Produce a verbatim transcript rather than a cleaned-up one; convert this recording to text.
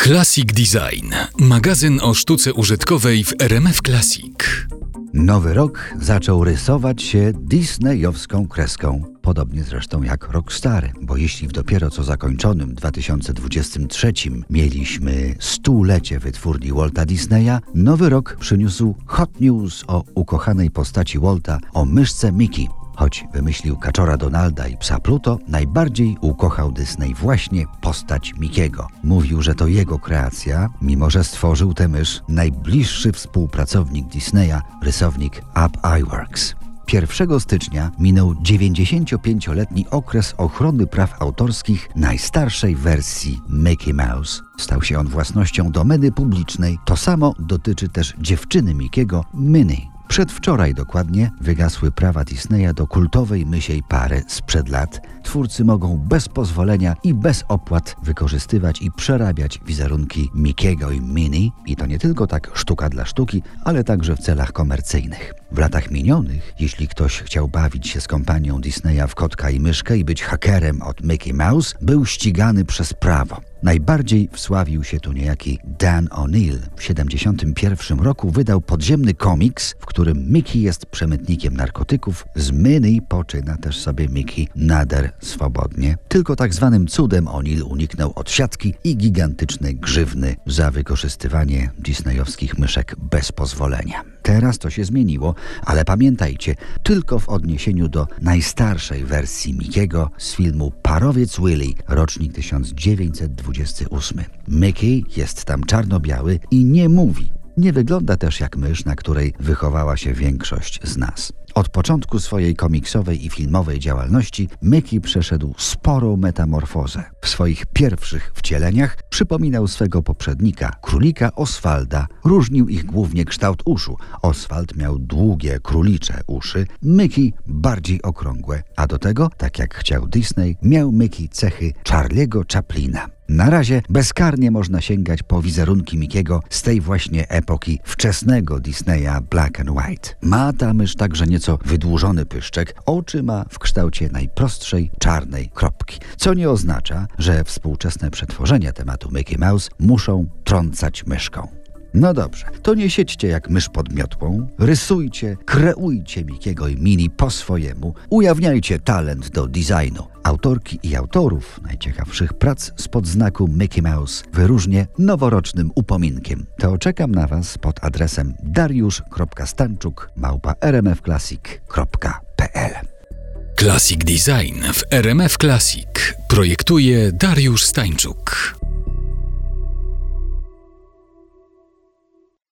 Classic Design. Magazyn o sztuce użytkowej w R M F Classic. Nowy rok zaczął rysować się disneyowską kreską. Podobnie zresztą jak Rockstary, bo jeśli w dopiero co zakończonym dwa tysiące dwudziestym trzecim mieliśmy stulecie wytwórni Walta Disneya, nowy rok przyniósł hot news o ukochanej postaci Walta, o myszce Mickey. Choć wymyślił kaczora Donalda i psa Pluto, najbardziej ukochał Disney właśnie postać Mickiego. Mówił, że to jego kreacja, mimo że stworzył tę mysz najbliższy współpracownik Disneya, rysownik Ub Iwerks. pierwszego stycznia minął dziewięćdziesięciopięcioletni okres ochrony praw autorskich najstarszej wersji Mickey Mouse. Stał się on własnością domeny publicznej. To samo dotyczy też dziewczyny Mickiego, Minnie. Przedwczoraj dokładnie wygasły prawa Disneya do kultowej mysiej pary sprzed lat. Twórcy mogą bez pozwolenia i bez opłat wykorzystywać i przerabiać wizerunki Mickiego i Minnie. I to nie tylko tak sztuka dla sztuki, ale także w celach komercyjnych. W latach minionych, jeśli ktoś chciał bawić się z kompanią Disneya w kotka i myszkę i być hakerem od Mickey Mouse, był ścigany przez prawo. Najbardziej wsławił się tu niejaki Dan O'Neill. W siedemdziesiątym pierwszym roku wydał podziemny komiks, w którym Mickey jest przemytnikiem narkotyków. Z Minnie poczyna też sobie Mickey nader swobodnie. Tylko tak zwanym cudem O'Neill uniknął odsiadki i gigantycznej grzywny za wykorzystywanie disneyowskich myszek bez pozwolenia. Teraz to się zmieniło, ale pamiętajcie, tylko w odniesieniu do najstarszej wersji Mickiego z filmu Parowiec Willy, rocznik tysiąc dziewięćset dwudziesty ósmy. Mickey jest tam czarno-biały i nie mówi. Nie wygląda też jak mysz, na której wychowała się większość z nas. Od początku swojej komiksowej i filmowej działalności Mickey przeszedł sporą metamorfozę. W swoich pierwszych wcieleniach przypominał swego poprzednika, królika Oswalda. Różnił ich głównie kształt uszu. Oswald miał długie, królicze uszy, Mickey bardziej okrągłe, a do tego, tak jak chciał Disney, miał Mickey cechy Charlie'ego Chaplina. Na razie bezkarnie można sięgać po wizerunki Mickiego z tej właśnie epoki wczesnego Disneya Black and White. Ma ta mysz także nieco wydłużony pyszczek, oczy ma w kształcie najprostszej czarnej kropki, co nie oznacza, że współczesne przetworzenia tematu Mickey Mouse muszą trącać myszką. No dobrze, to nie siedźcie jak mysz pod miotłą, rysujcie, kreujcie Mickiego i Minnie po swojemu, ujawniajcie talent do designu. Autorki i autorów najciekawszych prac spod znaku Mickey Mouse wyróżnię noworocznym upominkiem. To czekam na Was pod adresem dariusz kropka stańczuk małpa r m f classic kropka p l. Classic Design w R M F Classic projektuje Dariusz Stańczuk.